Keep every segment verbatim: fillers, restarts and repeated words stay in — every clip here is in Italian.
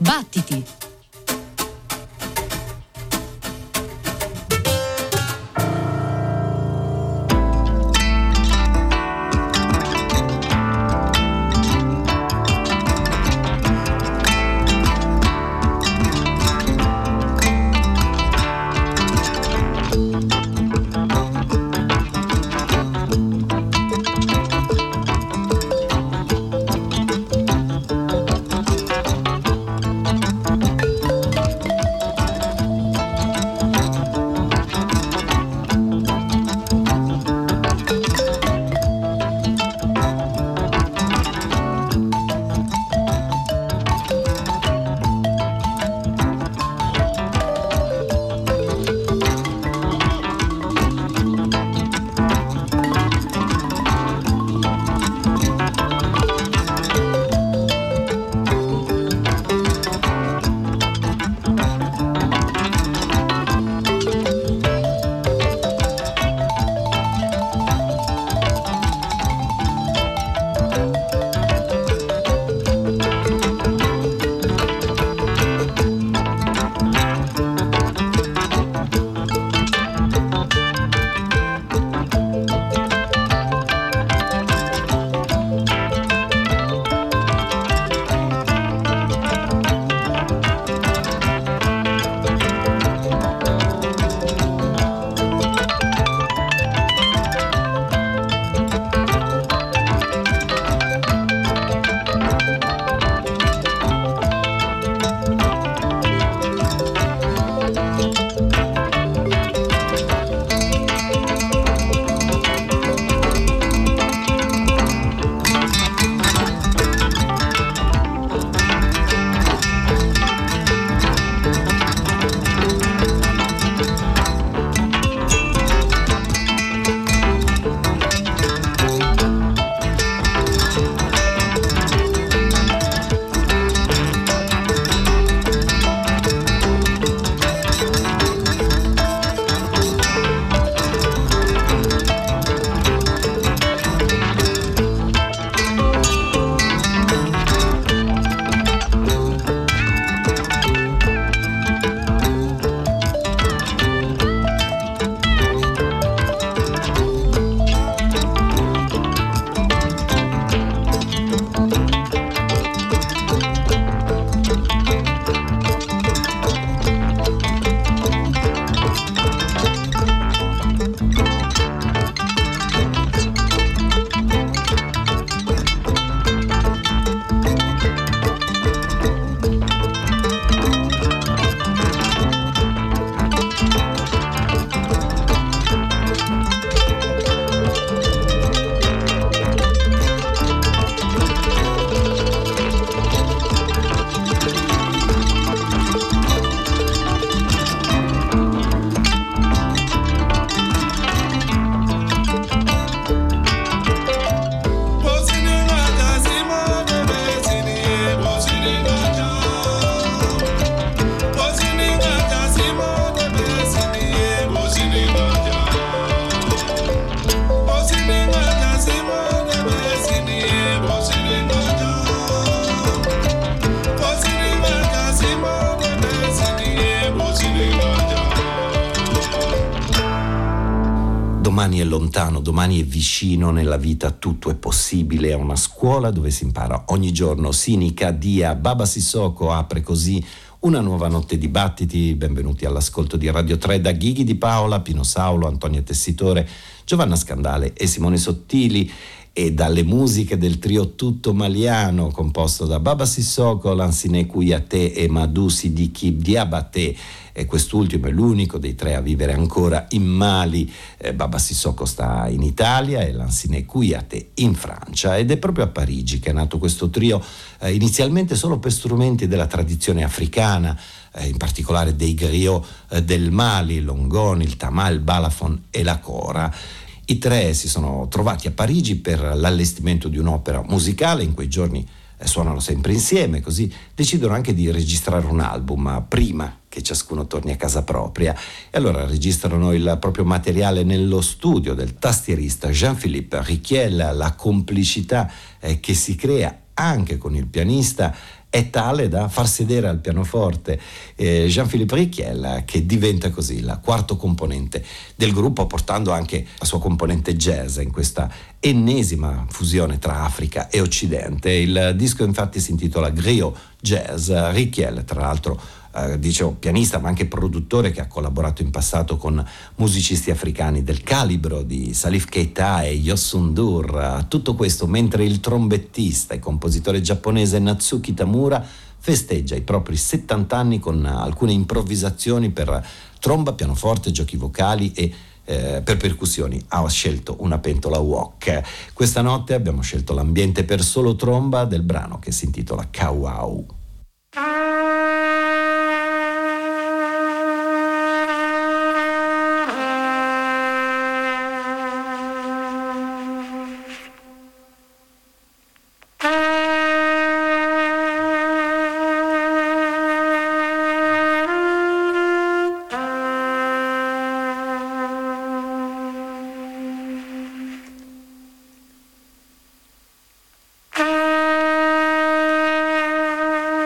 Battiti! Domani è lontano, domani è vicino, nella vita tutto è possibile, è una scuola dove si impara ogni giorno. Sinica Dia, Baba Sissoko apre così una nuova notte di battiti. Benvenuti all'ascolto di Radio tre da Ghighi Di Paola, Pino Saulo, Antonio Tessitore, Giovanna Scandale e Simone Sottili, e dalle musiche del trio Tutto Maliano composto da Baba Sissoko, Lansine Kouyaté e Madou Sidiki Diabaté. E quest'ultimo è l'unico dei tre a vivere ancora in Mali. Eh, Baba Sissoko sta in Italia e Lansine Kouyaté in Francia, ed è proprio a Parigi che è nato questo trio, eh, inizialmente solo per strumenti della tradizione africana, eh, in particolare dei griot eh, del Mali, l'ongoni, il tamà, il balafon e la kora. I tre si sono trovati a Parigi per l'allestimento di un'opera musicale. In quei giorni eh, suonano sempre insieme, così decidono anche di registrare un album, ma prima che ciascuno torni a casa propria, e allora registrano il proprio materiale nello studio del tastierista Jean-Philippe Riquiel. La complicità eh, che si crea anche con il pianista è tale da far sedere al pianoforte eh, Jean-Philippe Rykiel, che diventa così il quarto componente del gruppo, portando anche la sua componente jazz in questa ennesima fusione tra Africa e Occidente. Il disco infatti si intitola Griot Jazz. Rykiel, tra l'altro, eh, dicevo, pianista ma anche produttore, che ha collaborato in passato con musicisti africani del calibro di Salif Keita e Youssou N'Dour. Tutto questo mentre il trombettista e compositore giapponese Natsuki Tamura festeggia i propri settanta anni con alcune improvvisazioni per tromba, pianoforte, giochi vocali e Eh, per percussioni. Ha scelto una pentola wok. Questa notte abbiamo scelto l'ambiente per solo tromba del brano che si intitola Kawau. Thank you.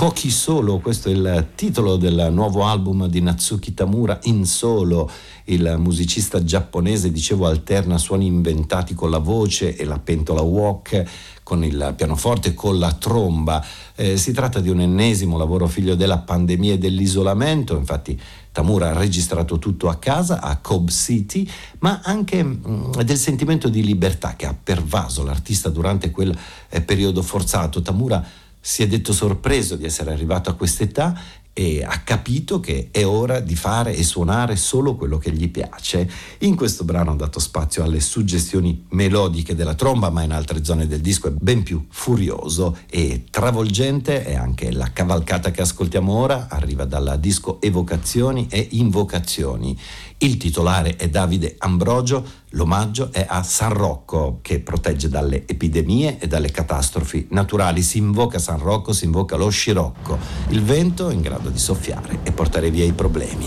Koki Solo, questo è il titolo del nuovo album di Natsuki Tamura. In solo, il musicista giapponese, dicevo, alterna suoni inventati con la voce e la pentola wok, con il pianoforte e con la tromba. Eh, si tratta di un ennesimo lavoro figlio della pandemia e dell'isolamento. Infatti Tamura ha registrato tutto a casa, a Kobe City, ma anche mh, del sentimento di libertà che ha pervaso l'artista durante quel eh, periodo forzato. Tamura si è detto sorpreso di essere arrivato a quest'età e ha capito che è ora di fare e suonare solo quello che gli piace. In questo brano ha dato spazio alle suggestioni melodiche della tromba, ma in altre zone del disco è ben più furioso e travolgente. E anche la cavalcata che ascoltiamo ora arriva dal disco Evocazioni e Invocazioni. Il titolare è Davide Ambrogio, l'omaggio è a San Rocco, che protegge dalle epidemie e dalle catastrofi naturali. Si invoca San Rocco, si invoca lo scirocco, il vento in grado di soffiare e portare via i problemi.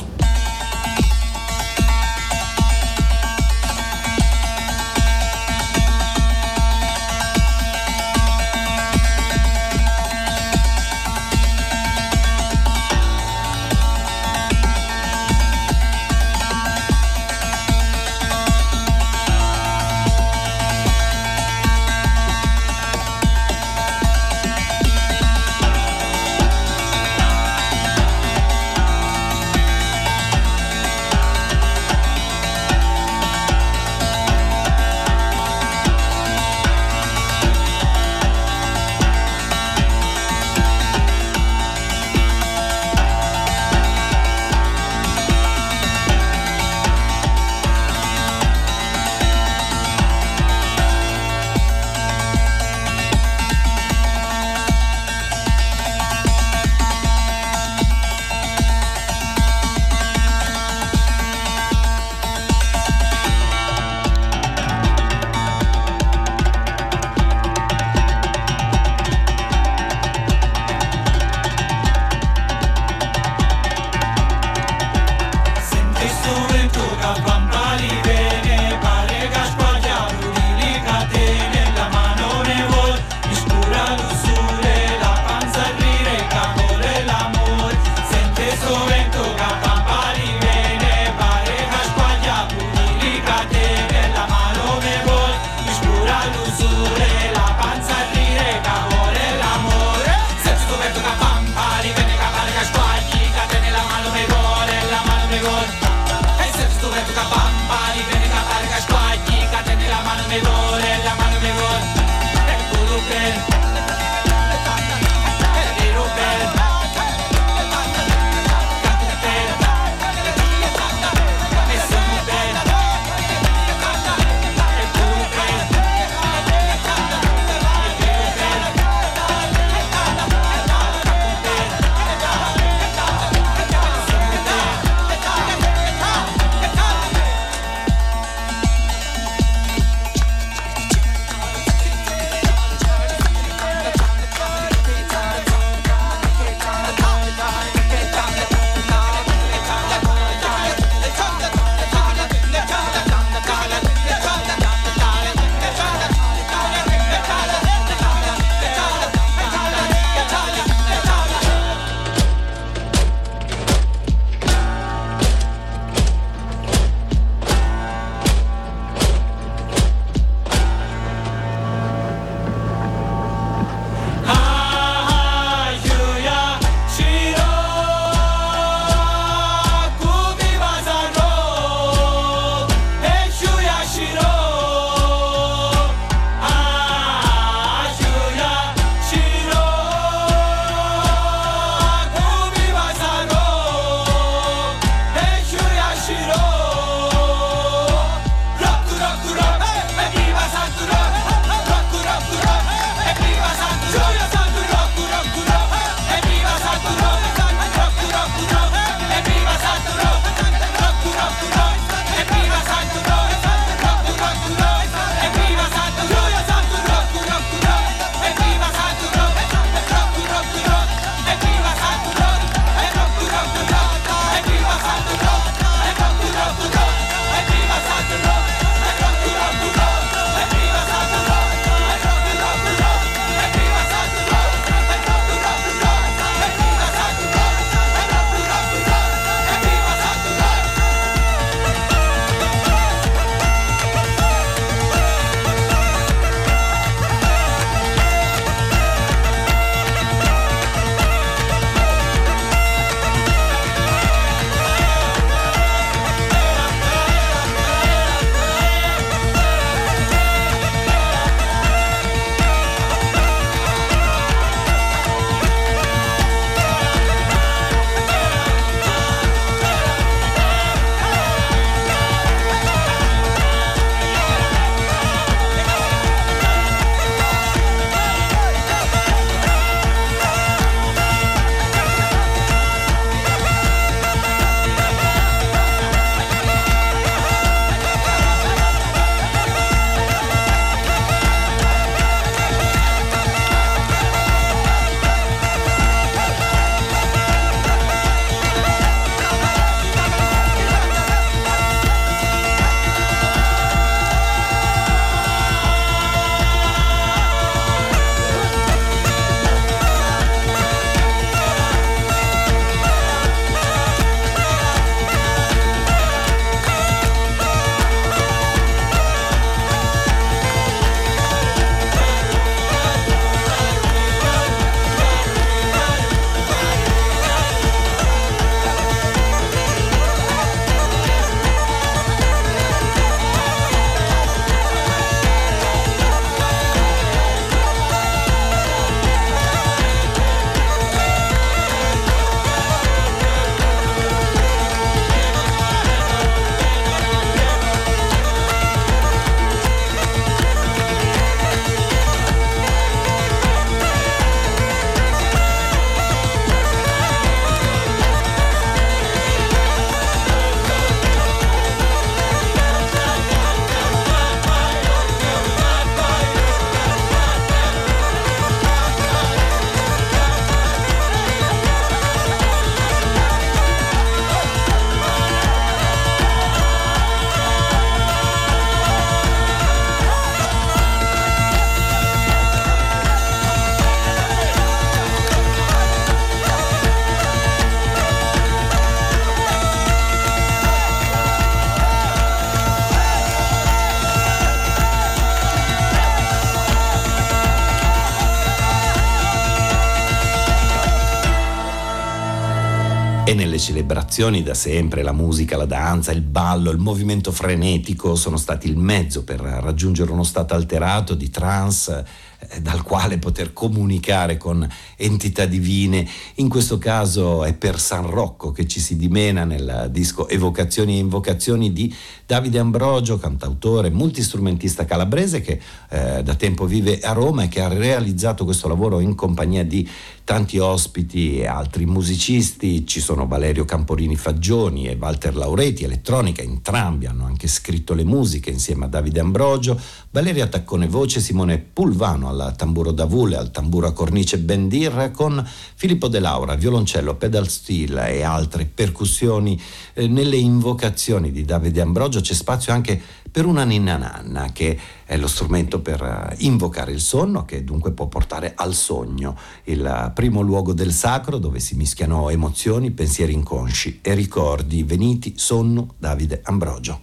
E nelle celebrazioni da sempre la musica, la danza, il ballo, il movimento frenetico sono stati il mezzo per raggiungere uno stato alterato di trance eh, dal quale poter comunicare con entità divine. In questo caso è per San Rocco che ci si dimena nel disco Evocazioni e Invocazioni di Davide Ambrogio, cantautore, multistrumentista calabrese che eh, da tempo vive a Roma e che ha realizzato questo lavoro in compagnia di tanti ospiti e altri musicisti. Ci sono Valerio Camporini Faggioni e Walter Laureti, elettronica, entrambi hanno anche scritto le musiche insieme a Davide Ambrogio, Valeria Taccone voce, Simone Pulvano al tamburo davule, al tamburo a cornice bendir, con Filippo De Laura, violoncello, pedal steel e altre percussioni. Eh, nelle invocazioni di Davide Ambrogio c'è spazio anche per una ninna nanna, che è lo strumento per invocare il sonno, che dunque può portare al sogno, il primo luogo del sacro dove si mischiano emozioni, pensieri inconsci e ricordi. Veniti sonno Davide Ambrogio.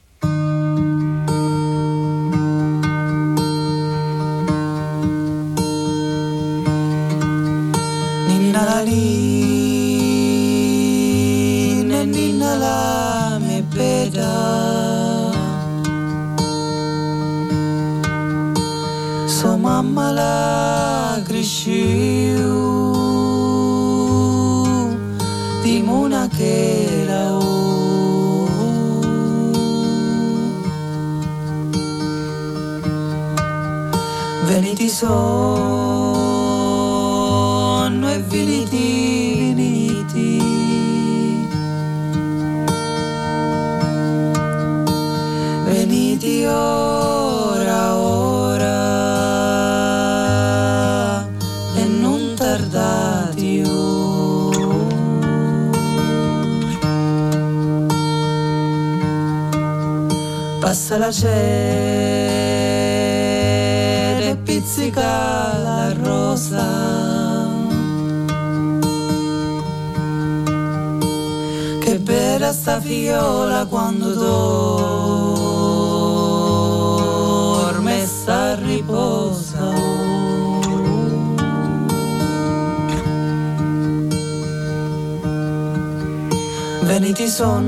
Ninna la lina, ninna la me beda. So mamma la cresciu di muna che la o veniti sonno e veniti veniti veniti ora ora tardati oh. Passa la cera e pizzica la rosa, che bella sta fiola quando dorme e sta riposa oh. Veniti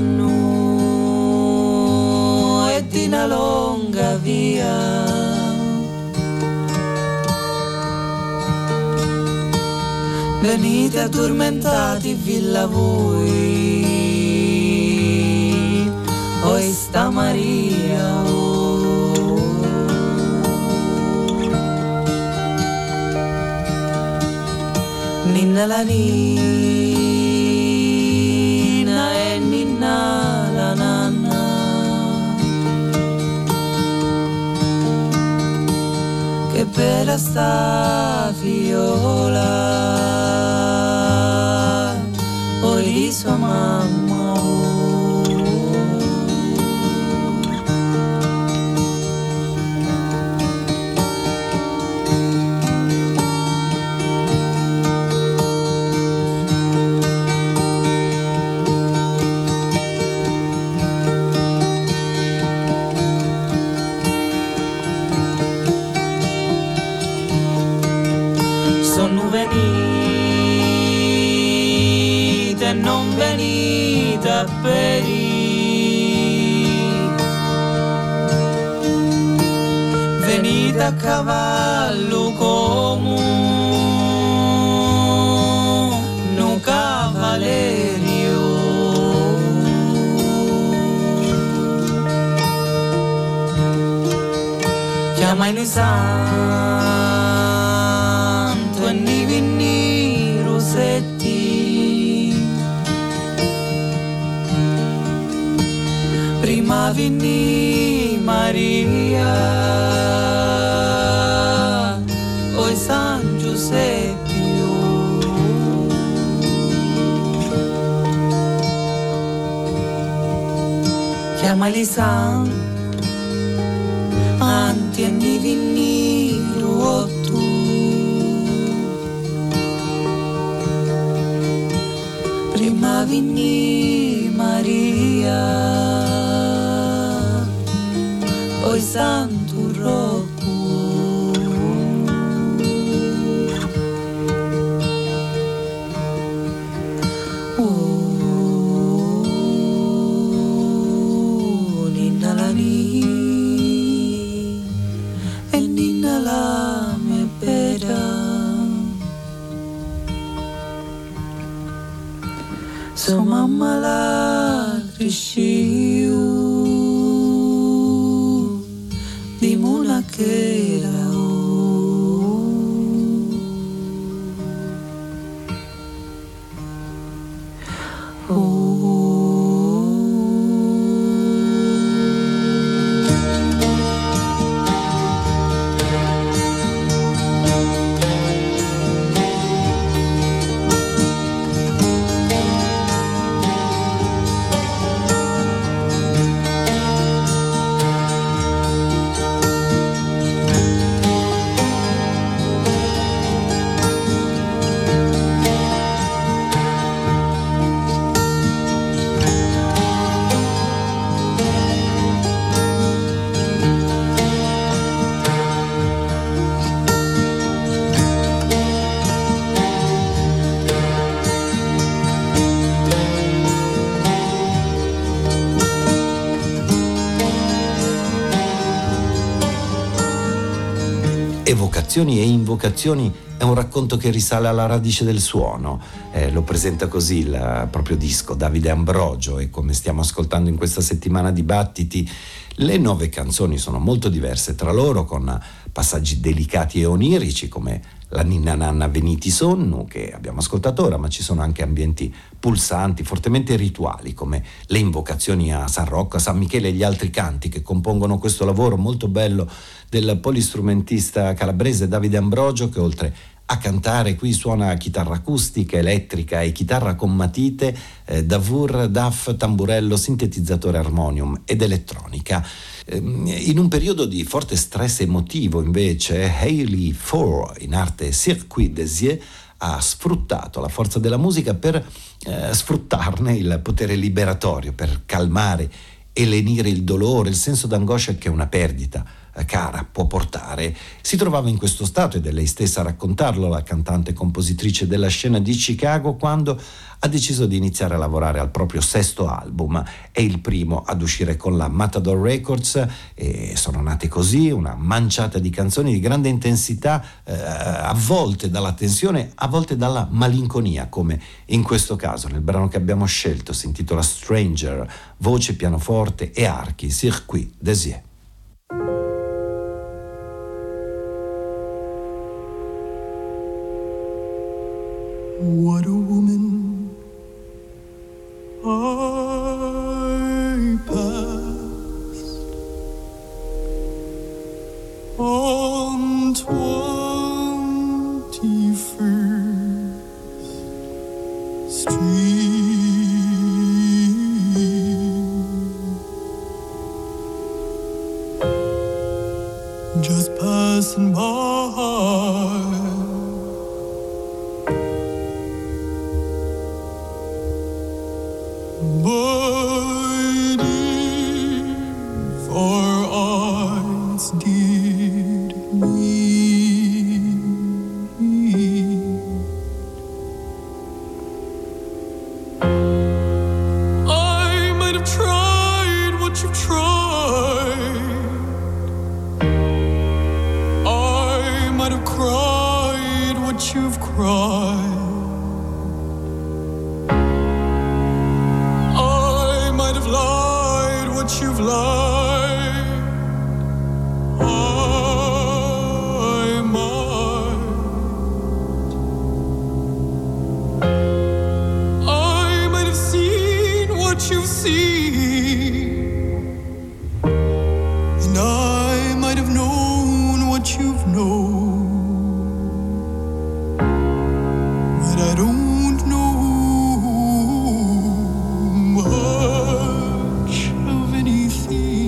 sonno e di una lunga via, venite addormentati villa voi, oi sta Maria oh. Ninna la nina e ninna la nanna, che bella sta fiola, poi sua mamma oh. Venite, non venite a perire, venite a cavallo come un cavalerio, chiama il santo e ni vinni rosetti, prima vinni Maria, poi San Giuseppe chiamali San anti e ni vinni ruotu, prima vinni Maria, poi Santo Rocco. Oh. sua mamma la cresciu di monachera. Evocazioni e invocazioni è un racconto che risale alla radice del suono, eh, lo presenta così il proprio disco Davide Ambrogio, e come stiamo ascoltando in questa settimana di Battiti, le nove canzoni sono molto diverse tra loro, con passaggi delicati e onirici come la Ninna Nanna Veniti Sonnu che abbiamo ascoltato ora, ma ci sono anche ambienti pulsanti, fortemente rituali, come le invocazioni a San Rocco, a San Michele e gli altri canti che compongono questo lavoro molto bello del polistrumentista calabrese Davide Ambrogio, che oltre a cantare qui suona chitarra acustica, elettrica e chitarra con matite, eh, davur, daf, tamburello, sintetizzatore armonium ed elettronica. In un periodo di forte stress emotivo, invece, Hayley Four, in arte Circuit Desier, ha sfruttato la forza della musica per eh, sfruttarne il potere liberatorio, per calmare e lenire il dolore, il senso d'angoscia che una perdita eh, cara può portare. Si trovava in questo stato, ed è lei stessa a raccontarlo, la cantante e compositrice della scena di Chicago, quando ha deciso di iniziare a lavorare al proprio sesto album. È il primo ad uscire con la Matador Records, e sono nate così una manciata di canzoni di grande intensità, eh, a volte dalla tensione, a volte dalla malinconia, come in questo caso nel brano che abbiamo scelto. Si intitola Stranger, voce, pianoforte e archi, Circuit Desier. What a woman I passed on twenty-first Street, just passing by. But if our eyes did meet, I might have tried what you've tried. I might have cried what you've cried. Lied what you've lied. I might. I might have seen what you've seen, and I might have known what you've known, but I don't know much of anything.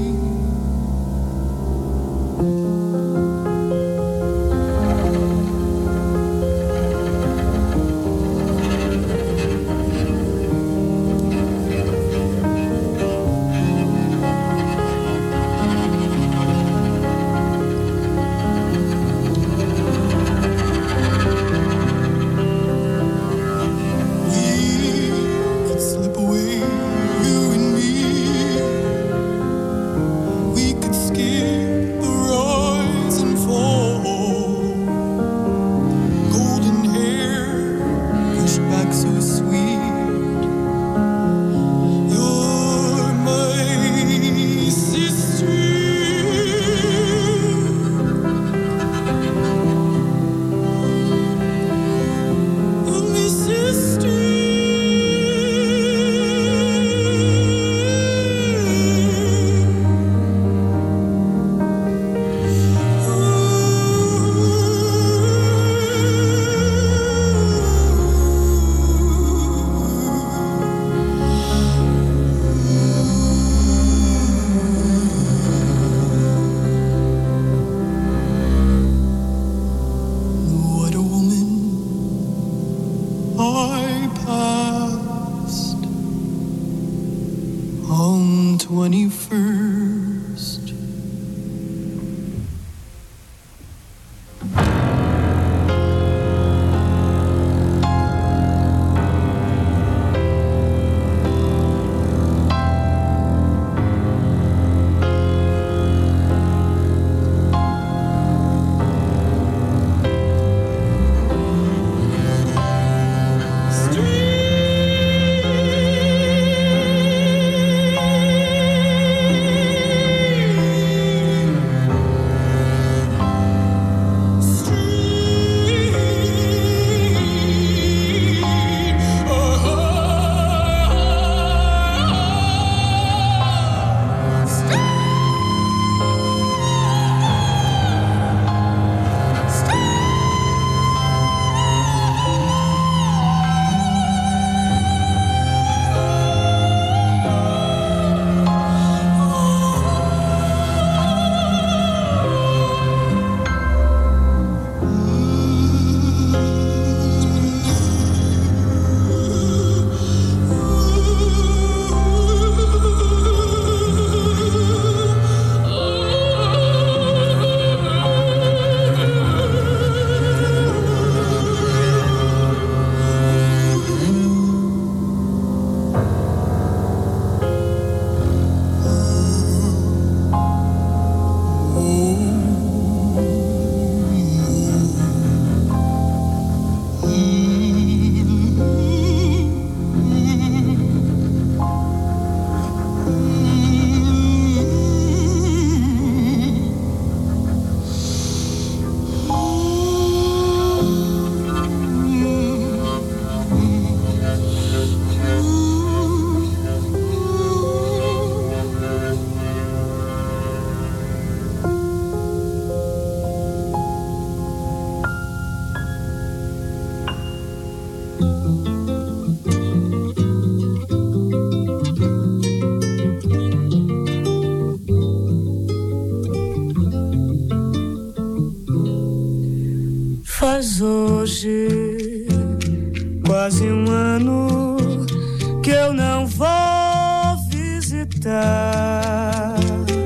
Faz hoje quase um ano que eu não vou visitar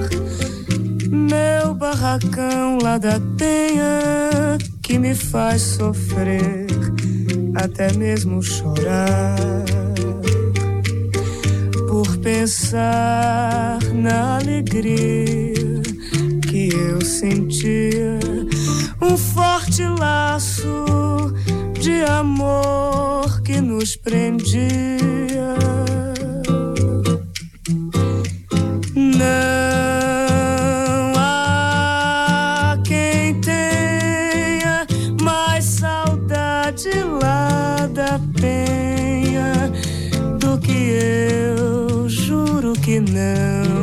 meu barracão lá da Penha, que me faz sofrer, até mesmo chorar, por pensar na alegria que eu sentia, um forte laço de amor que nos prendia. Não há quem tenha mais saudade lá da Penha do que eu, juro que não.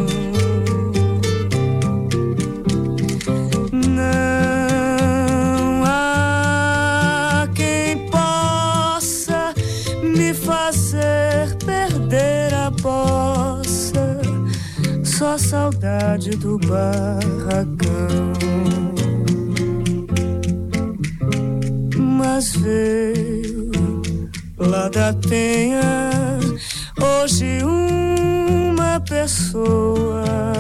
Não há quem possa me fazer perder a bossa, só saudade do barracão. Mas veio lá da Penha hoje uma pessoa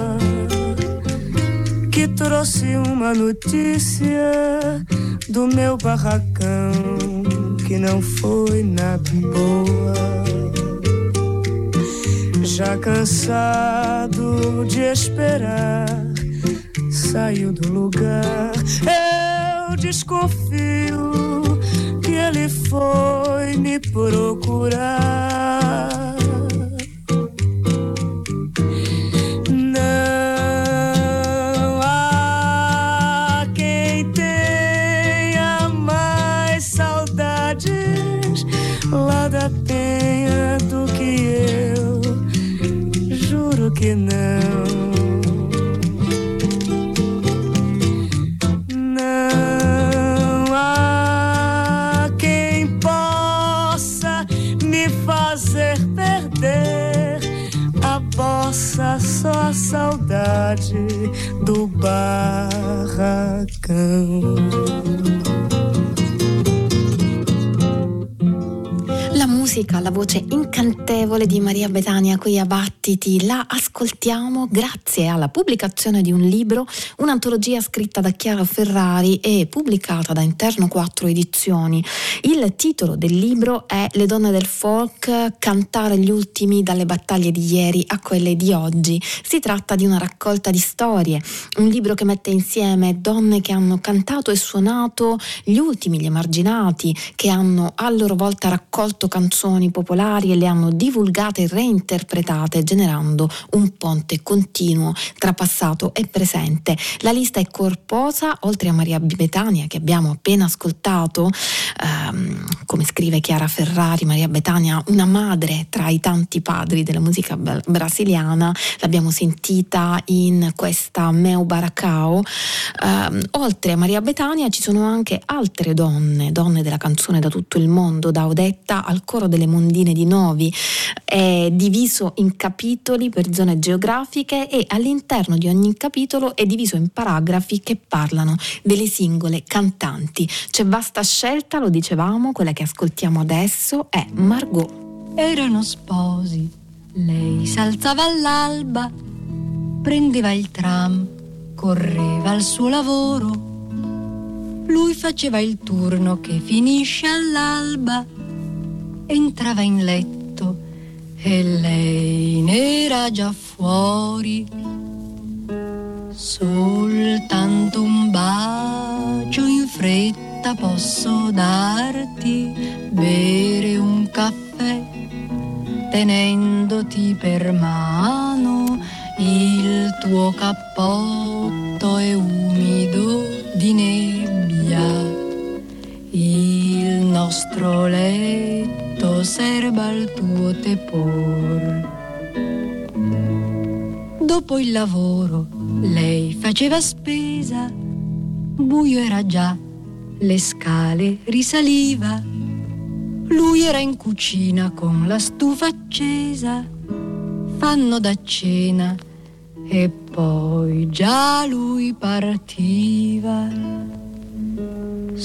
que trouxe uma notícia do meu barracão que não foi nada boa. Já cansado de esperar, saiu do lugar. Eu desconfio que ele foi me procurar. Não há quem tenha mais saudades lá da Penha do que eu, juro que não. Não há quem possa me fazer perder a bossa, só a saudade do barracão. La musica, la voce incantevole di Maria Betania qui a Battiti la ascoltiamo grazie alla pubblicazione di un libro, un'antologia scritta da Chiara Ferrari e pubblicata da Interno quattro Edizioni. Il titolo del libro è Le donne del folk, cantare gli ultimi dalle battaglie di ieri a quelle di oggi. Si tratta di una raccolta di storie, un libro che mette insieme donne che hanno cantato e suonato gli ultimi, gli emarginati, che hanno a loro volta raccolto canzoni popolari e le hanno divulgate e reinterpretate, generando un ponte continuo tra passato e presente. La lista è corposa, oltre a Maria Betania che abbiamo appena ascoltato, ehm, come scrive Chiara Ferrari, Maria Betania una madre tra i tanti padri della musica brasiliana, l'abbiamo sentita in questa Meu Baracão. Ehm, oltre a Maria Betania ci sono anche altre donne, donne della canzone da tutto il mondo, da Odetta al coro delle Mondine di Novi. È diviso in capitoli per zone geografiche e all'interno di ogni capitolo è diviso in paragrafi che parlano delle singole cantanti. C'è vasta scelta, lo dicevamo, quella che ascoltiamo adesso è Margot. Erano sposi, lei s'alzava all'alba, prendeva il tram, correva al suo lavoro, lui faceva il turno che finisce all'alba, entrava in letto e lei n'era già fuori. Soltanto un bacio in fretta posso darti, bere un caffè tenendoti per mano, il tuo cappotto è umido di nebbia, il nostro letto serba al tuo tepor. Dopo il lavoro lei faceva spesa, buio era già, le scale risaliva, lui era in cucina con la stufa accesa, fanno da cena e poi già lui partiva.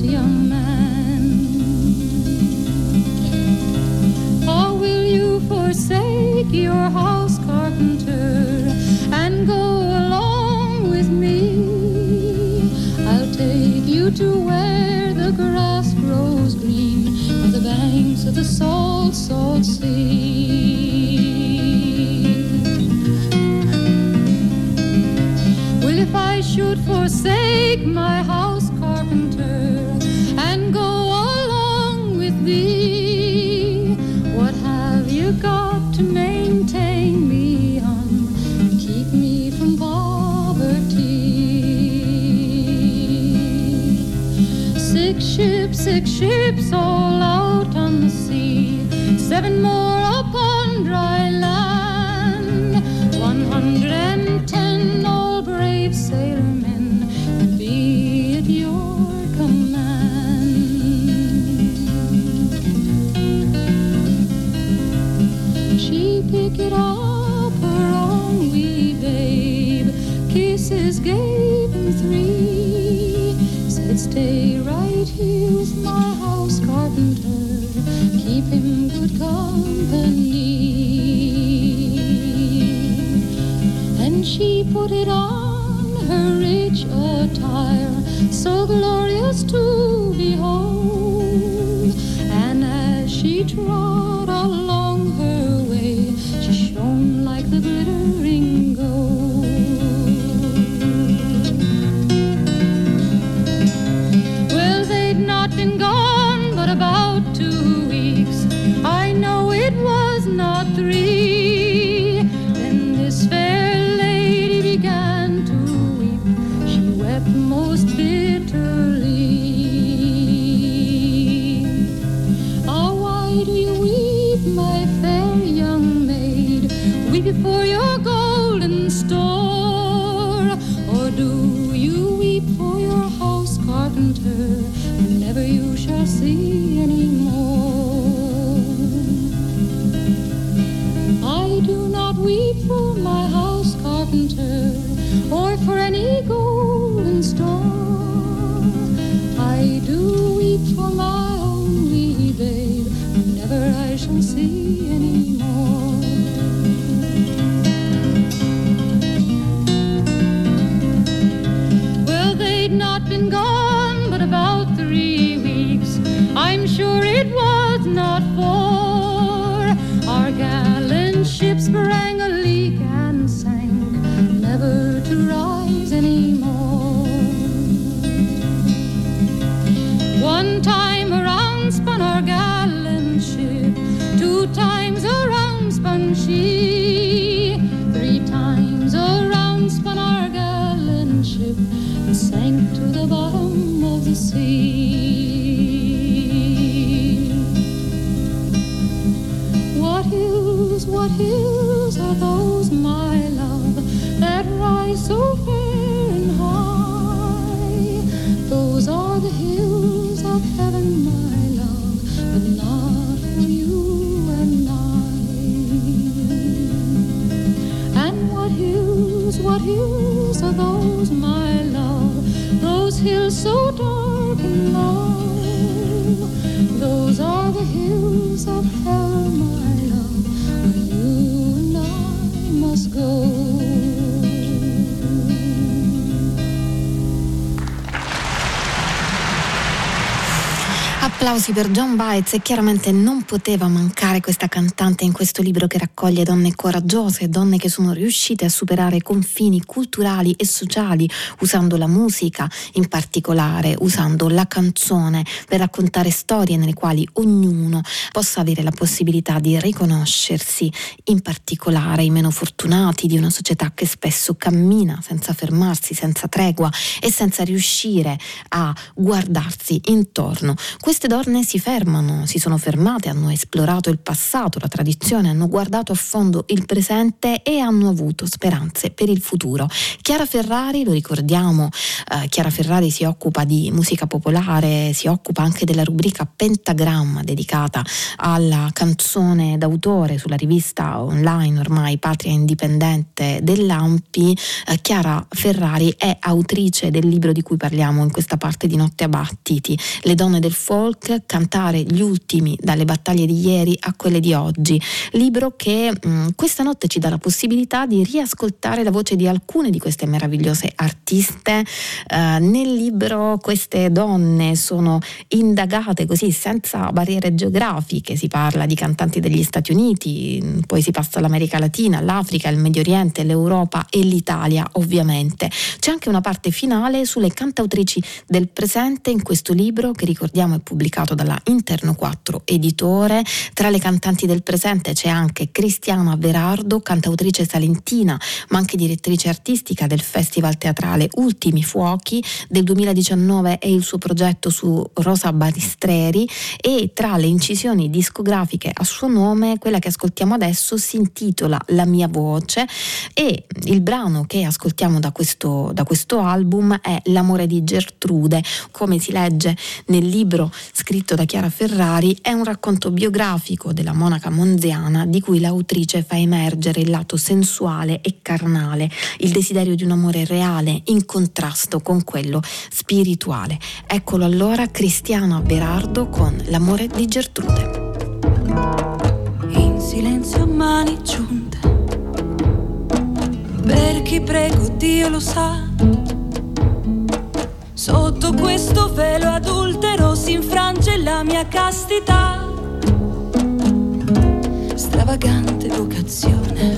young man? Or will you forsake your house carpenter and go along with me? I'll take you to where the grass grows green by the banks of the salt, salt sea. Well, if I should forsake my house carpenter and go along with thee, what have you got to maintain me on and keep me from poverty? Six ships, six ships all out on the sea, seven more upon dry land, one hundred and ten all brave sailormen will be at your command. She picked it up her own wee babe, kisses gave him three, said stay right here's my house carpenter, keep him good company. And she put it on her rich attire, so glorious to behold, and as she trod along her way, she shone like the glittering gold. Well, they'd not been gone but about two weeks, I know it was not three, then this fair lady began to weep, she wept most bitterly. Ah, why do you weep, my fair young maid? Weep for your golden store, or do you weep for your house carpenter, who never you shall see anymore? I do not weep for my house carpenter, or for any golden store. I do weep for my only babe, who never I shall see anymore. Well, they'd not been gone but about three weeks, I'm sure it was not four. Our gallant ship sprang a leak and sank, never to rise anymore. One time around spun our gallant ship, two times around spun she, three times around spun our gallant ship, and sank to the bottom of the sea. What hills, what hills are those, my love, that rise so fair and high? Those are the hills of heaven, my love, but not for you and I. And what hills, what hills are those, my love, those hills so dark and low? Those are the hills of hell, my love, where you and I must go. Applausi per Joan Baez, e chiaramente non poteva mancare questa cantante in questo libro che raccoglie donne coraggiose, donne che sono riuscite a superare confini culturali e sociali usando la musica, in particolare usando la canzone per raccontare storie nelle quali ognuno possa avere la possibilità di riconoscersi, in particolare i meno fortunati di una società che spesso cammina senza fermarsi, senza tregua e senza riuscire a guardarsi intorno. Queste donne si fermano, si sono fermate, hanno esplorato il passato, la tradizione, hanno guardato a fondo il presente e hanno avuto speranze per il futuro. Chiara Ferrari, lo ricordiamo, eh, Chiara Ferrari si occupa di musica popolare, si occupa anche della rubrica Pentagramma dedicata alla canzone d'autore sulla rivista online ormai Patria Indipendente dell'A M P I. Eh, Chiara Ferrari è autrice del libro di cui parliamo in questa parte di Notte a Battiti, Le donne del folk, cantare gli ultimi dalle battaglie di ieri a quelle di oggi, libro che mh, questa notte ci dà la possibilità di riascoltare la voce di alcune di queste meravigliose artiste. Eh, nel libro queste donne sono indagate così senza barriere geografiche, si parla di cantanti degli Stati Uniti, poi si passa all'America Latina, l'Africa, il Medio Oriente, l'Europa e l'Italia ovviamente. C'è anche una parte finale sulle cantautrici del presente in questo libro che ricordiamo è pubblicato dalla Interno quattro editore. Tra le cantanti del presente c'è anche Cristiana Berardo, cantautrice salentina ma anche direttrice artistica del Festival Teatrale Ultimi Fuochi. Del duemiladiciannove è il suo progetto su Rosa Balistreri, e tra le incisioni discografiche a suo nome quella che ascoltiamo adesso si intitola La mia voce, e il brano che ascoltiamo da questo, da questo album è L'amore di Gertrude. Come si legge nel libro scritto da Chiara Ferrari, è un racconto biografico della monaca monziana di cui l'autrice fa emergere il lato sensuale e carnale, il desiderio di un amore reale in contrasto con quello spirituale. Eccolo allora Cristiana Berardo con L'amore di Gertrude. In silenzio a mani giunte, per chi prego Dio lo sa, sotto questo velo adultero si infrange la mia castità, stravagante vocazione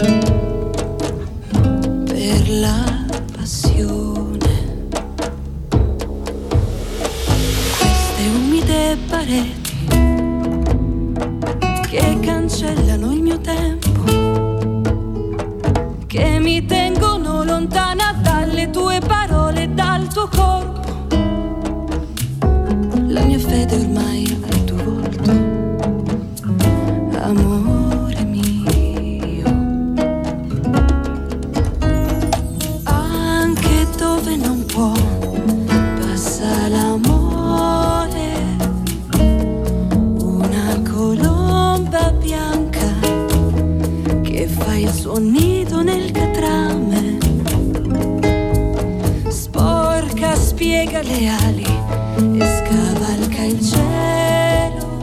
per la passione. Queste umide pareti che cancellano il mio tempo, che mi tengono lontana dalle tue parole, dal tuo corpo. La mia fede ormai è il tuo volto, amore mio. Anche dove non può passa l'amore, una colomba bianca che fa il suo nido nel catrame, sporca, spiega le ali e scavalca il cielo.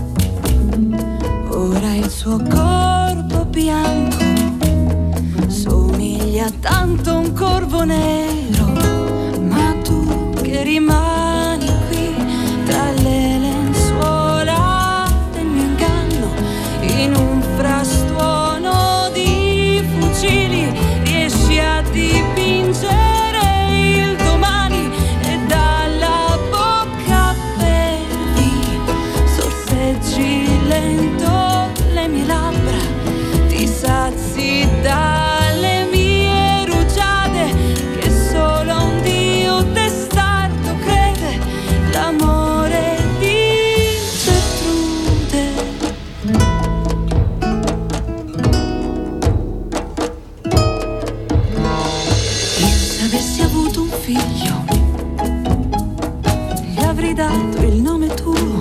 Ora il suo corpo bianco somiglia tanto a un corvo nero, ma tu che rimani qui tra le lenzuola del mio inganno, in un frastuono di fucili riesci a dipingere il domani, e dalla bocca bevi, sorseggi lento le mie labbra, ti sazi dalle mie rugiade, che solo un Dio testardo crede, l'amore di Gertrude. Io se avessi avuto un figlio gli avrei dato il nome tuo,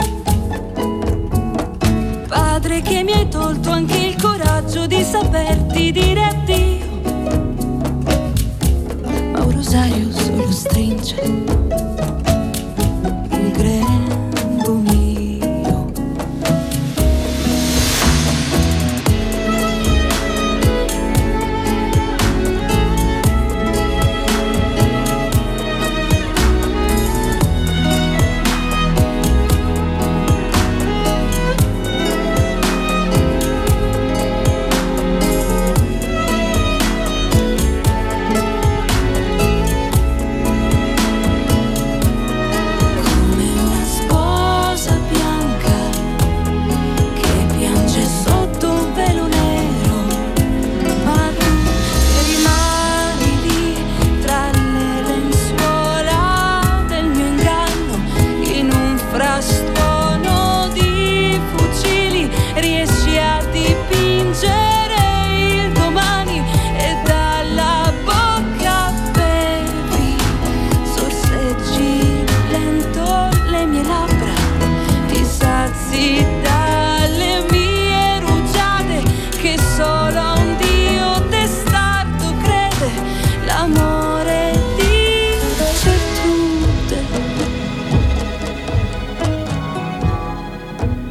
padre che mi hai tolto anche il coraggio di saperti dire addio, ma un rosario solo stringe il grembo mio. Come una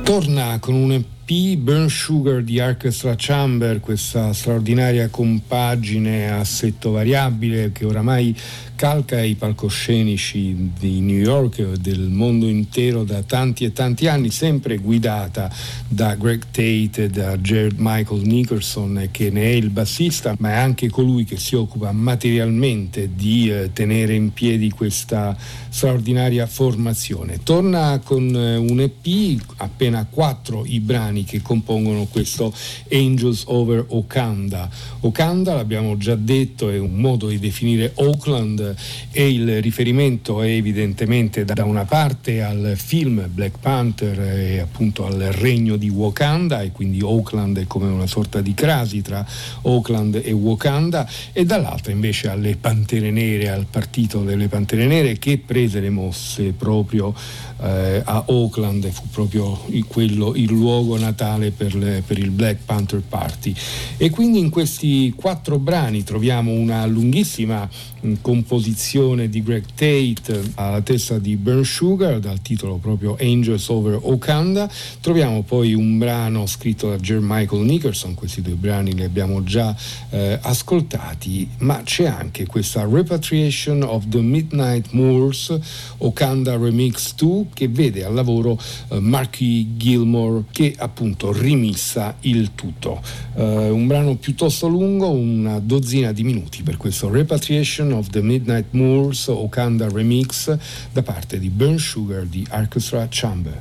Torna con un E P Burnt Sugar di Orchestra Chamber, questa straordinaria compagine a assetto variabile che oramai calca i palcoscenici di New York e del mondo intero da tanti e tanti anni, sempre guidata da Greg Tate e da Jared Michael Nickerson, che ne è il bassista, ma è anche colui che si occupa materialmente di eh, tenere in piedi questa straordinaria formazione. Torna con eh, un E P, appena quattro i brani che compongono questo Angels Over Okanda. Okanda, l'abbiamo già detto, è un modo di definire Oakland, e il riferimento è evidentemente da una parte al film Black Panther e appunto al regno di Wakanda, e quindi Oakland è come una sorta di crasi tra Oakland e Wakanda, e dall'altra invece alle Pantere Nere, al partito delle Pantere Nere che prese le mosse proprio eh, a Oakland, fu proprio il, quello il luogo natale per, le, per il Black Panther Party. E quindi in questi quattro brani troviamo una lunghissima mh, composizione di Greg Tate alla testa di Burnt Sugar, dal titolo proprio Angels Over Okanda. Troviamo poi un brano scritto da Jared Michael Nickerson, questi due brani li abbiamo già eh, ascoltati, ma c'è anche questa Repatriation of the Midnight Moors Okanda Remix due, che vede al lavoro eh, Marky Gilmore, che appunto rimissa il tutto. Eh, un brano piuttosto lungo, una dozzina di minuti per questo Repatriation of the Midnight Moors Okanda Remix da parte di Burnt Sugar di Orchestra Chamber.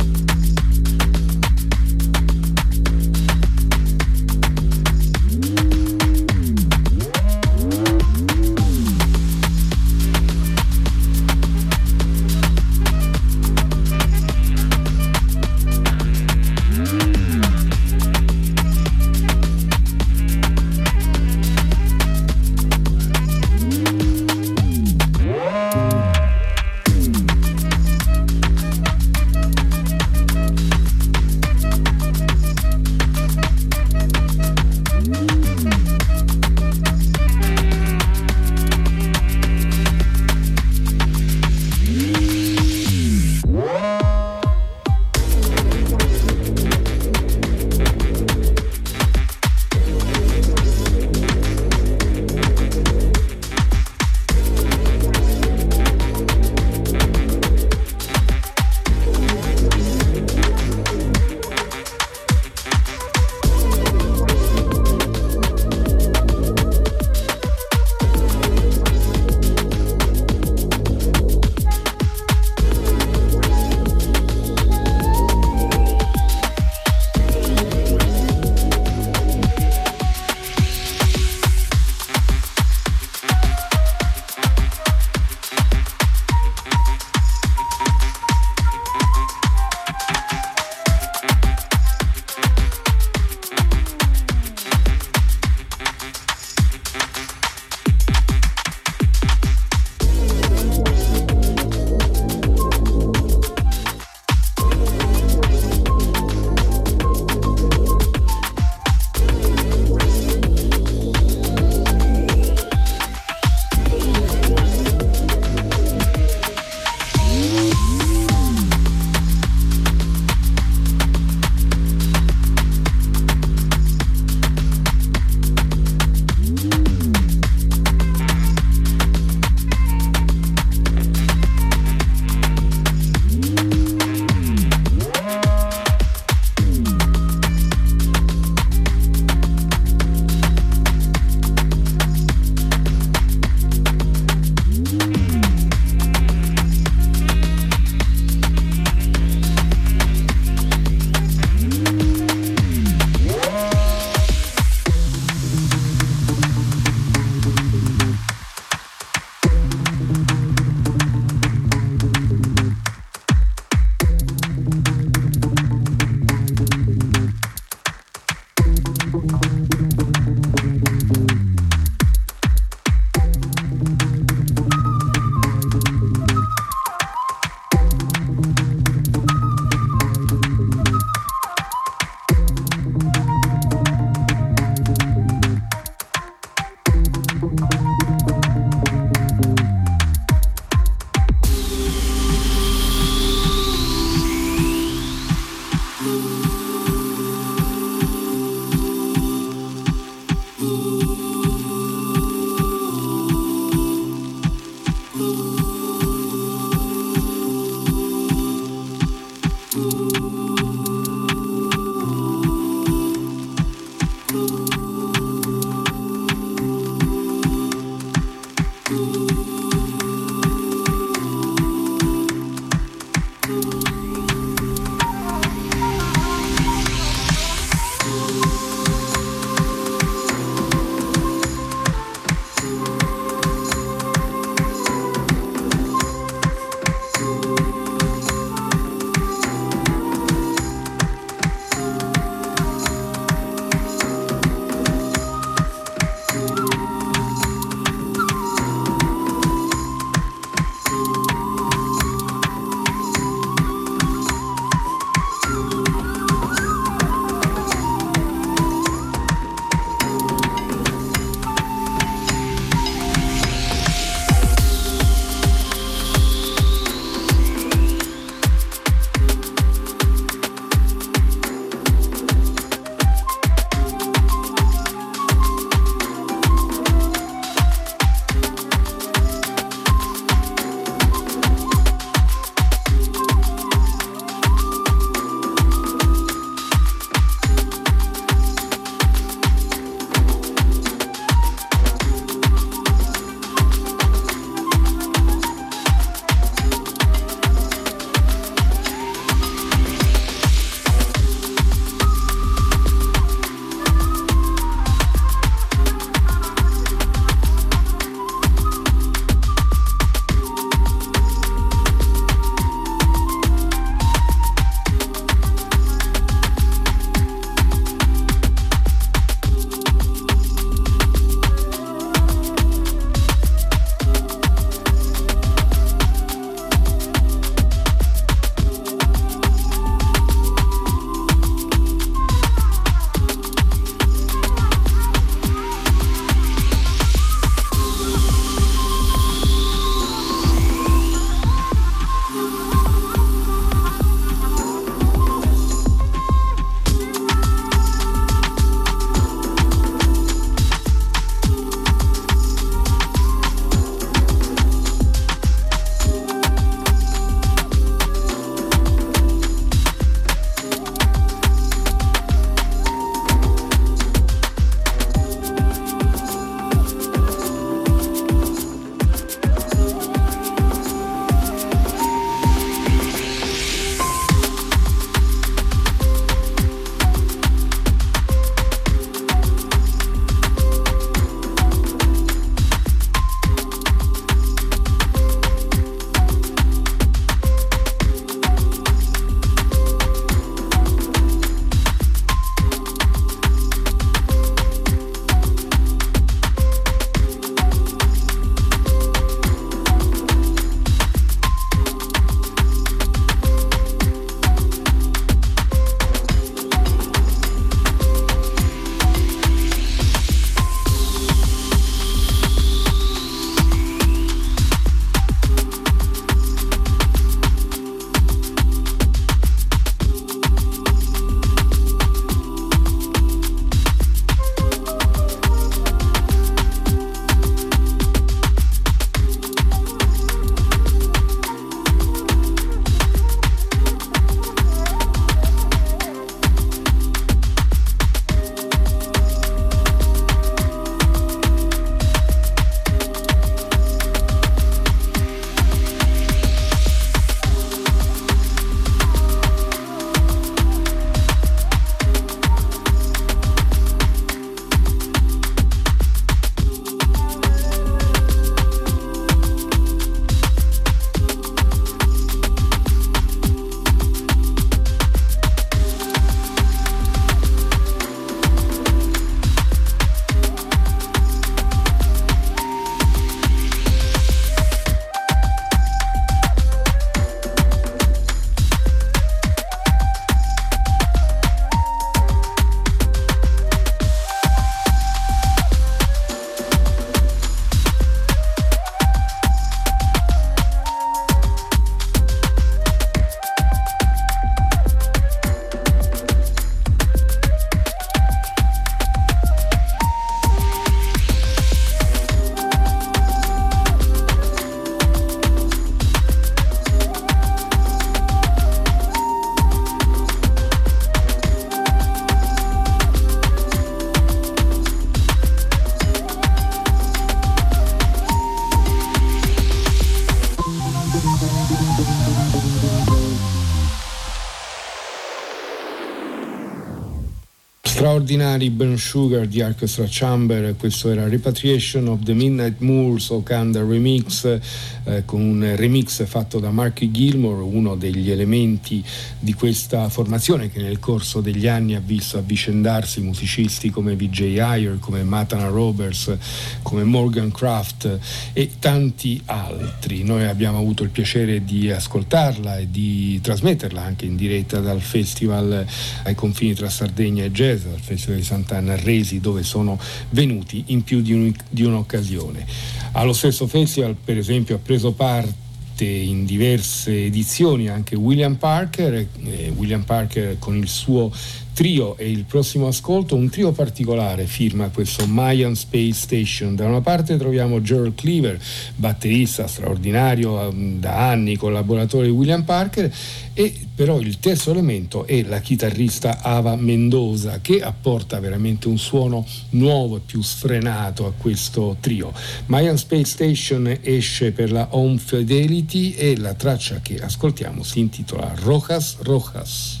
Straordinari Burn Sugar di Orchestra Chamber, questo era Repatriation of the Midnight Moors Okanda Remix, eh, con un remix fatto da Marky Gilmore, uno degli elementi di questa formazione che nel corso degli anni ha visto avvicendarsi musicisti come V J Ayer, come Matana Roberts, come Morgan Craft e tanti altri. Noi abbiamo avuto il piacere di ascoltarla e di trasmetterla anche in diretta dal festival ai confini tra Sardegna e Jazz, al Festival di Sant'Anna a Resi, dove sono venuti in più di, un, di un'occasione. Allo stesso festival, per esempio, ha preso parte in diverse edizioni anche William Parker, eh, William Parker con il suo trio, e il prossimo ascolto un trio particolare firma questo Mayan Space Station. Da una parte troviamo Gerald Cleaver, batterista straordinario, da anni collaboratore di William Parker, e però il terzo elemento è la chitarrista Ava Mendoza, che apporta veramente un suono nuovo e più sfrenato a questo trio. Mayan Space Station esce per la Home Fidelity e la traccia che ascoltiamo si intitola Rojas Rojas.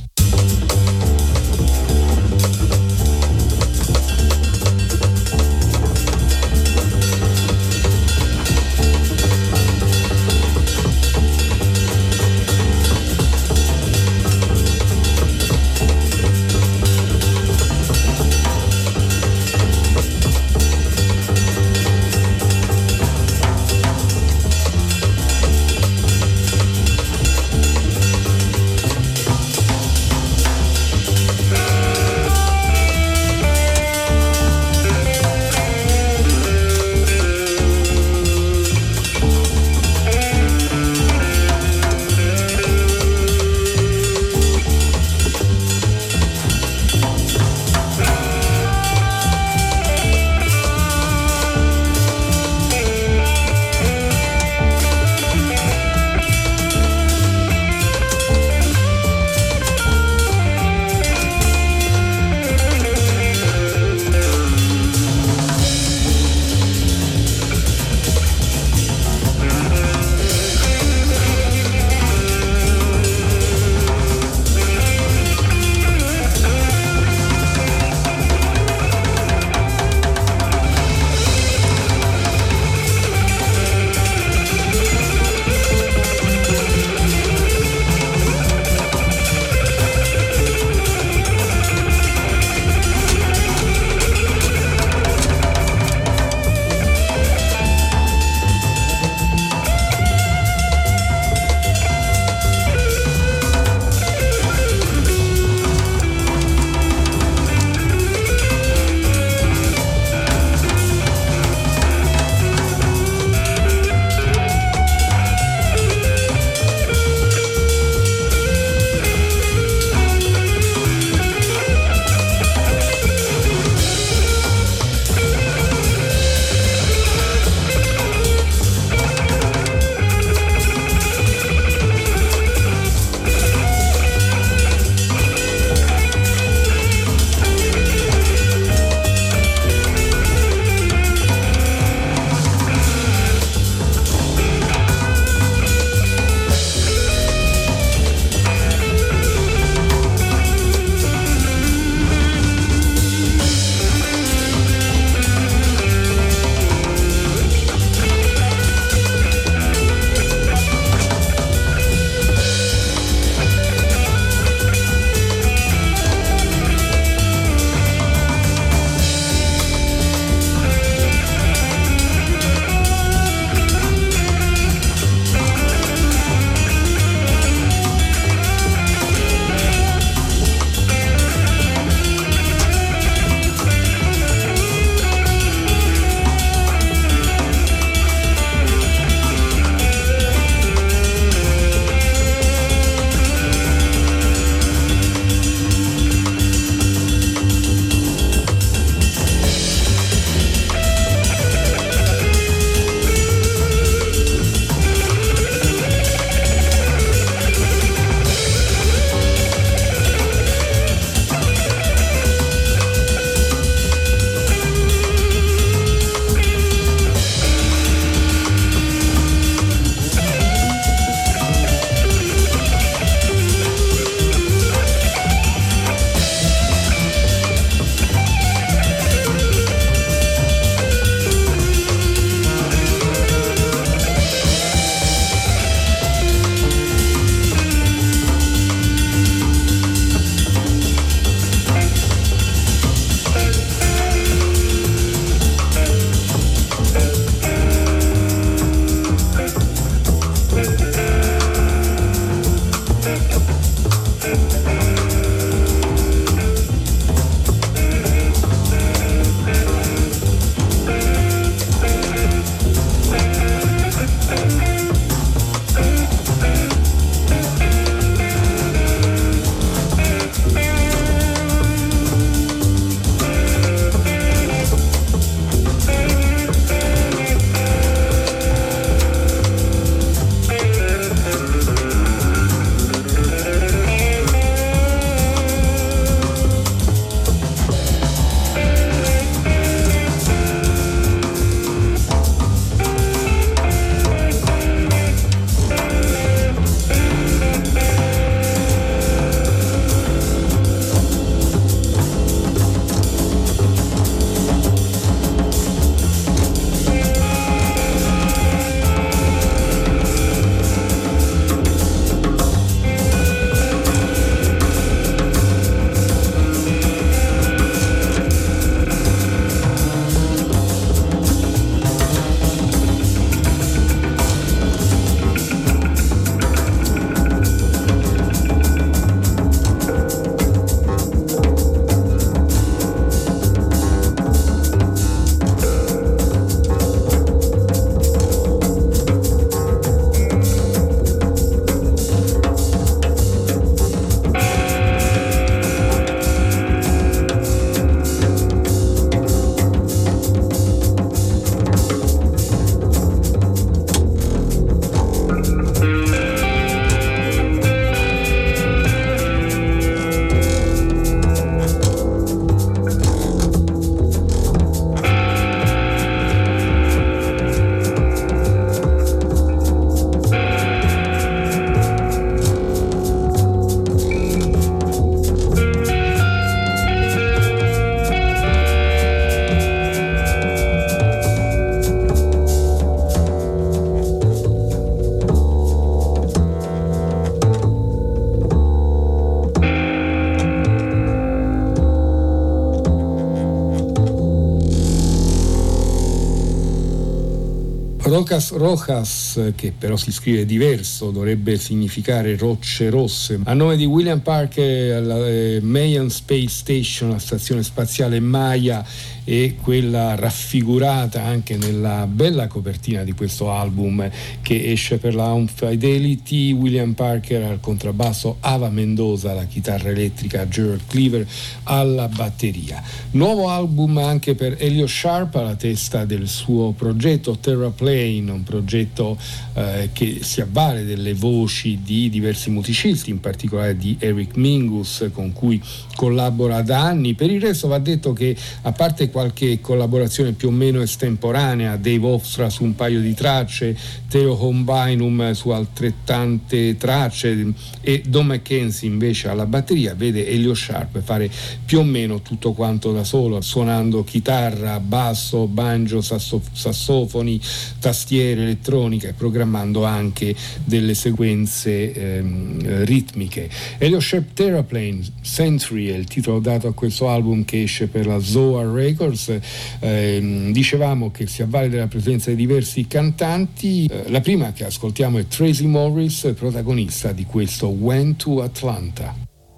Rocas Rojas, che però si scrive diverso, dovrebbe significare rocce rosse, a nome di William Parker alla eh, Mayan Space Station, la stazione spaziale Maya, e quella raffigurata anche nella bella copertina di questo album che esce per la Home Fidelity. William Parker al contrabbasso, Ava Mendoza alla chitarra elettrica, Gerald Cleaver alla batteria. Nuovo album anche per Elio Sharp alla testa del suo progetto Terraplane, un progetto eh, che si avvale delle voci di diversi musicisti, in particolare di Eric Mingus, con cui collabora da anni. Per il resto va detto che, a parte qualche collaborazione più o meno estemporanea, Dave Hofstra su un paio di tracce, Theo Hombainum su altrettante tracce e Don McKenzie invece alla batteria, vede Elio Sharp fare più o meno tutto quanto da solo, suonando chitarra, basso, banjo, sasso, sassofoni, tastiere, elettronica, e programmando anche delle sequenze ehm, ritmiche. Elio Sharp Terraplane Century è il titolo dato a questo album che esce per la Zohar Records. Eh, dicevamo che si avvale della presenza di diversi cantanti. Eh, la prima che ascoltiamo è Tracy Morris, protagonista di questo Went to Atlanta.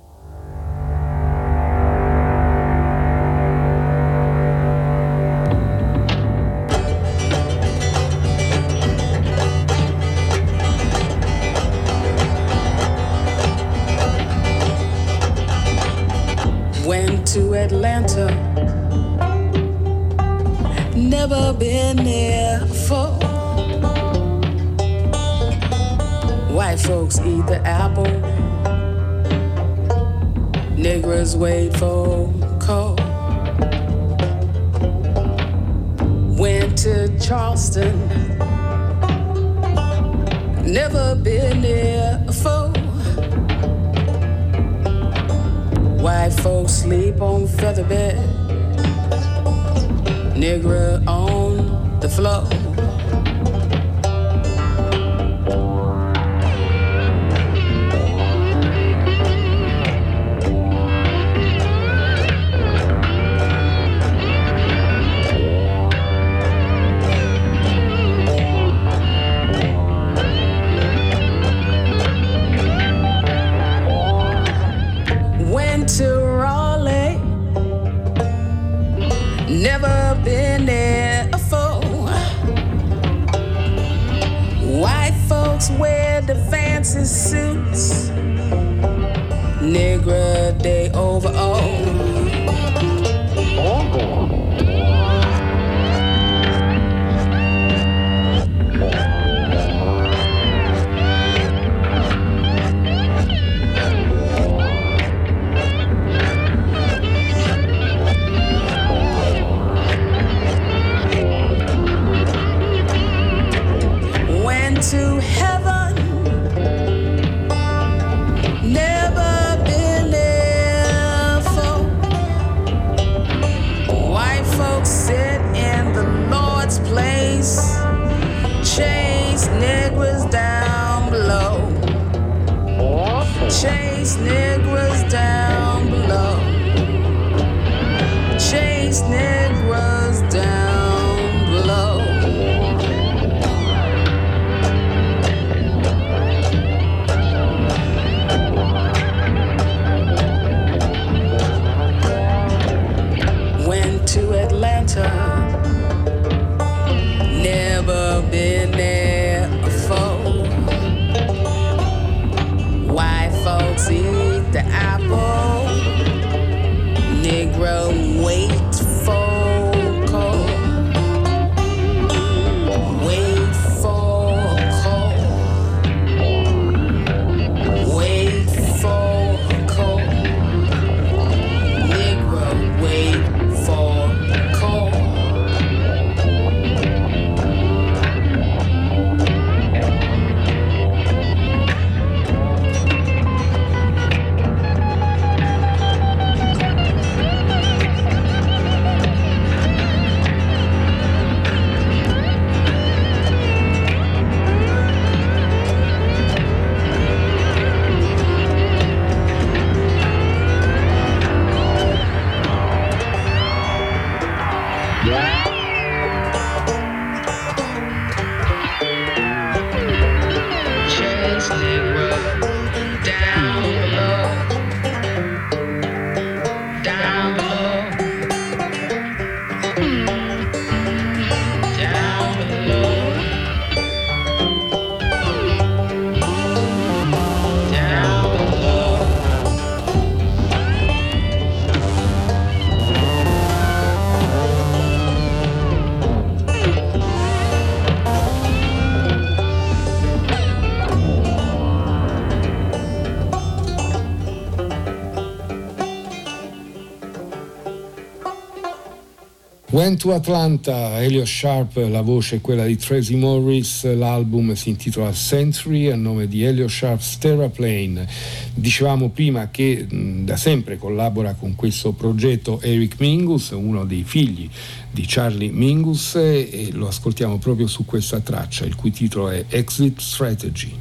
To Atlanta, never been there before. White folks eat the apple, Negroes wait for coal. Went to Charleston, never been there before. White folks sleep on feather bed, Negro on the floor. Never been there before. White folks wear the fancy suits, Negro they overall. To heaven, never been there before. White folks sit in the Lord's place, chase Negroes down below, chase Negroes down below, chase Negroes down below. To Atlanta, never been there before. White folks eat the apple, Negro wait for coal. Wait for coal. Wait for coal. Negro wait for coal. Went to Atlanta, Elliot Sharp, la voce è quella di Tracy Morris, l'album si intitola Century a nome di Elliot Sharp's Terraplane. Dicevamo prima che mh, da sempre collabora con questo progetto Eric Mingus, uno dei figli di Charlie Mingus, e, e lo ascoltiamo proprio su questa traccia, il cui titolo è Exit Strategy.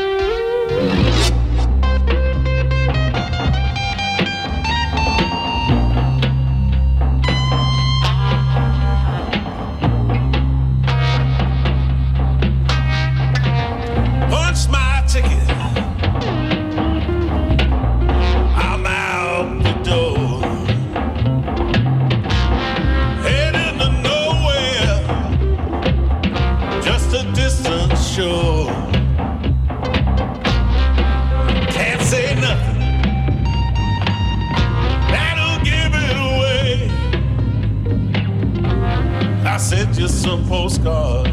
Some postcard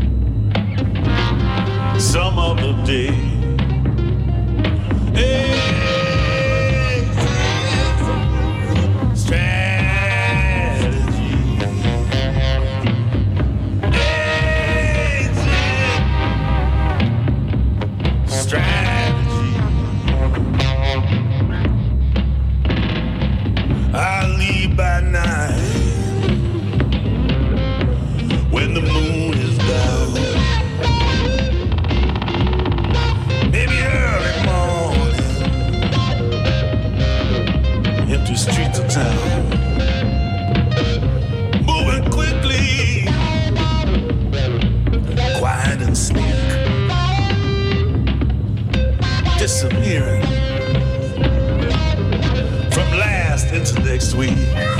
some other day. Hey, strategy. Hey, strategy. I leave by night when the moon is down. Maybe early morning, empty streets of town, moving quickly, quiet and sneak, disappearing from last into next week.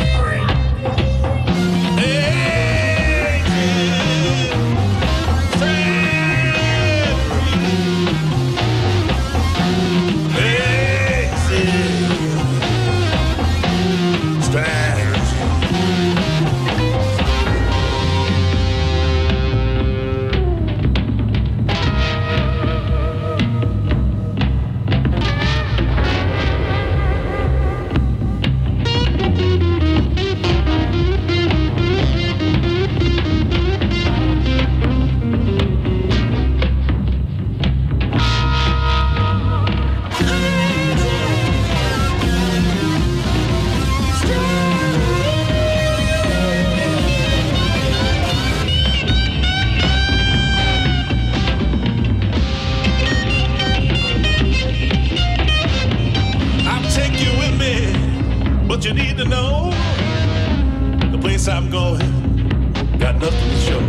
But you need to know the place I'm going got nothing to show.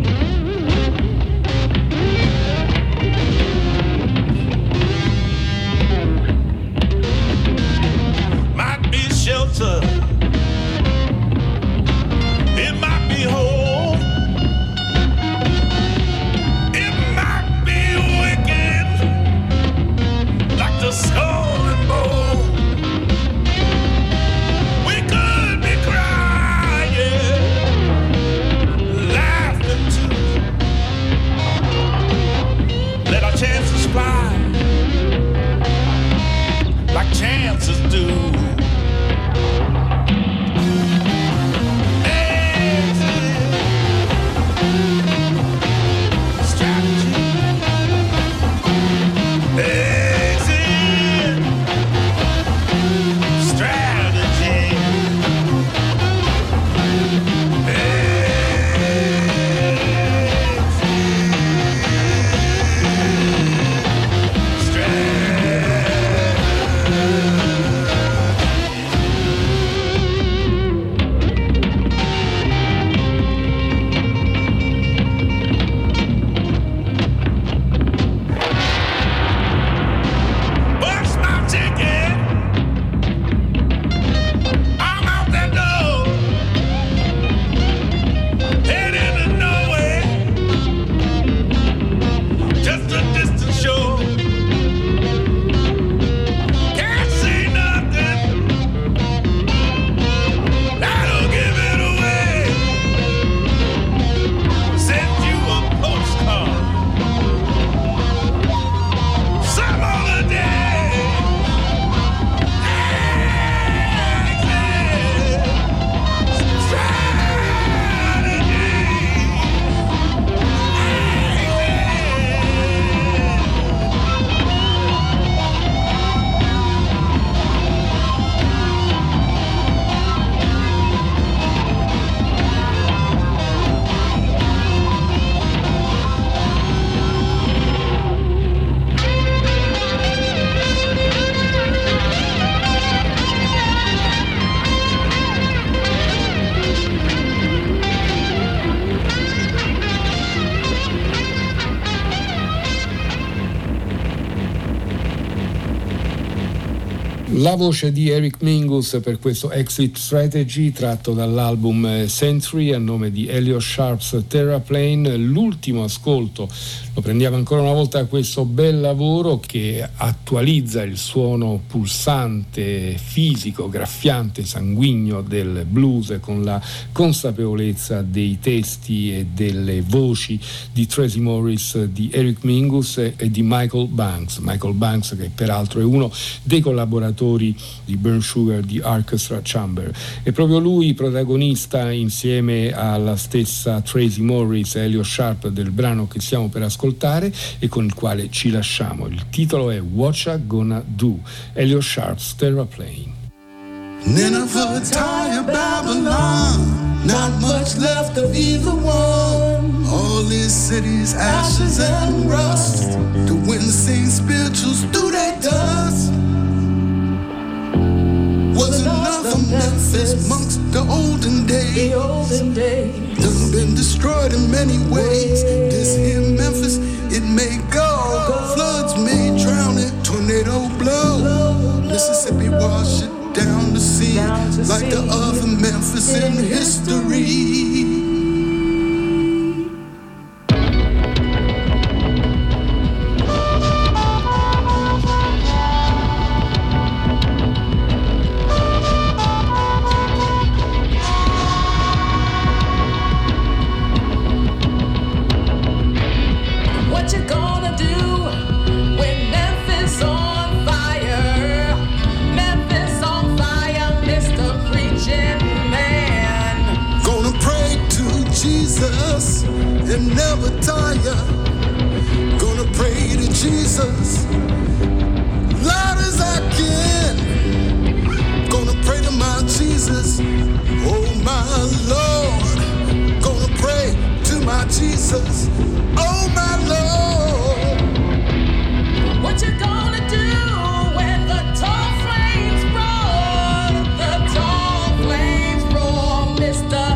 Might be shelter, it might be home, it might be wicked, like the skull and bone. Chances fly like chances do. La voce di Eric Mingus per questo Exit Strategy tratto dall'album Century a nome di Elliot Sharp's Terraplane. L'ultimo ascolto lo prendiamo ancora una volta a questo bel lavoro che attualizza il suono pulsante, fisico, graffiante, sanguigno del blues con la consapevolezza dei testi e delle voci di Tracy Morris, di Eric Mingus e di Michael Banks. Michael Banks che peraltro è uno dei collaboratori di Burnt Sugar di Orchestra Chamber. È proprio lui protagonista insieme alla stessa Tracy Morris e Elliot Sharp del brano che stiamo per ascoltare e con il quale ci lasciamo. Il titolo è Whatcha Gonna Do, Elliot Sharp's Terraplane. Nineveh, Tyre, Babylon, not much left of either one. All these cities, ashes and rust. The wind sings spirituals through their dust. Was another Memphis amongst the olden days. Done been destroyed in many ways. This here Memphis, it may go. Floods may drown it, tornado blow. Mississippi wash it down to sea, like the other Memphis in history. And never tire. Gonna pray to Jesus loud as I can. Gonna pray to my Jesus, oh my Lord. Gonna pray to my Jesus, oh my Lord. What you gonna do when the tall flames roar? The tall flames roar, Mister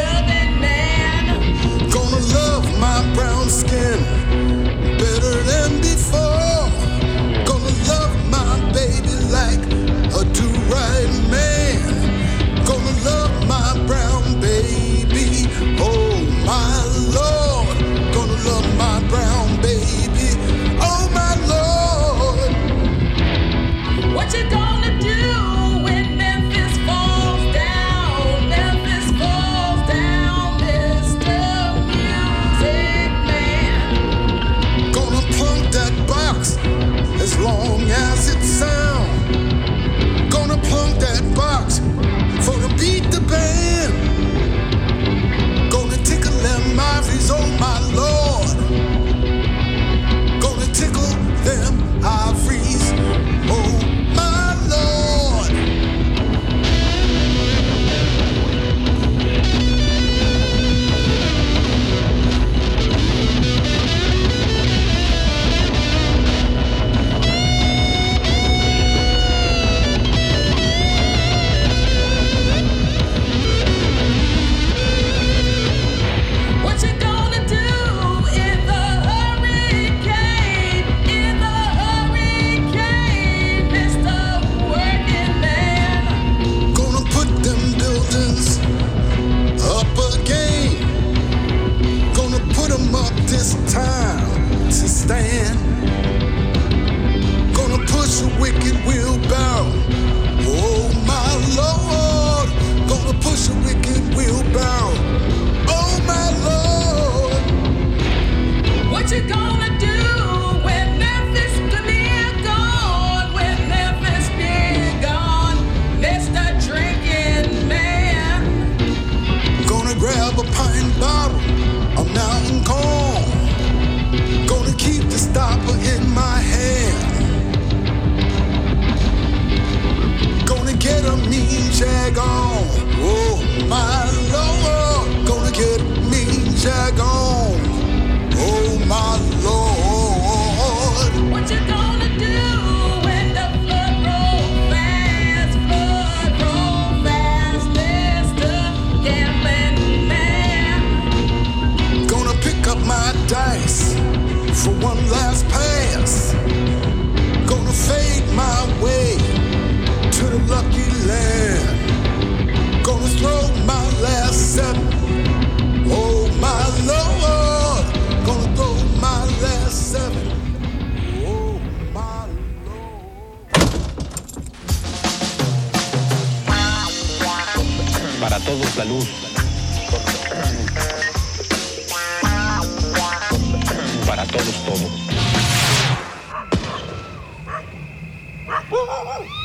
My brown skin better than before. Gonna love my baby like a do-right man. Gonna love my brown baby, oh my Lord. Gonna love my brown baby, oh my Lord. What you gonna do when Memphis falls down? Memphis falls down, Mister As long as it sound, gonna plunk that box for to beat the band. Gonna tickle them ivories, oh my Lord. Gonna tickle them ivories, oh my Lord. This time to stand. Gonna push a wicked wheelbarrow, oh my Lord. Gonna push a wicked wheelbarrow, oh my Lord. What you gonna do when Memphis be gone? When Memphis be gone, Mister Drinking Man. Gonna grab a pint bottle, a mountain corn. Gonna keep the stopper in my hand. Gonna get a mean jag on, oh my Lord. Gonna get a mean jag on, oh my Lord. What you gonna do when the flood rolls fast? Flood rolls fast, Mister Gambling Man. Gonna pick up my dice for one last pass. Gonna fade my way todos la luz. Para todos todo.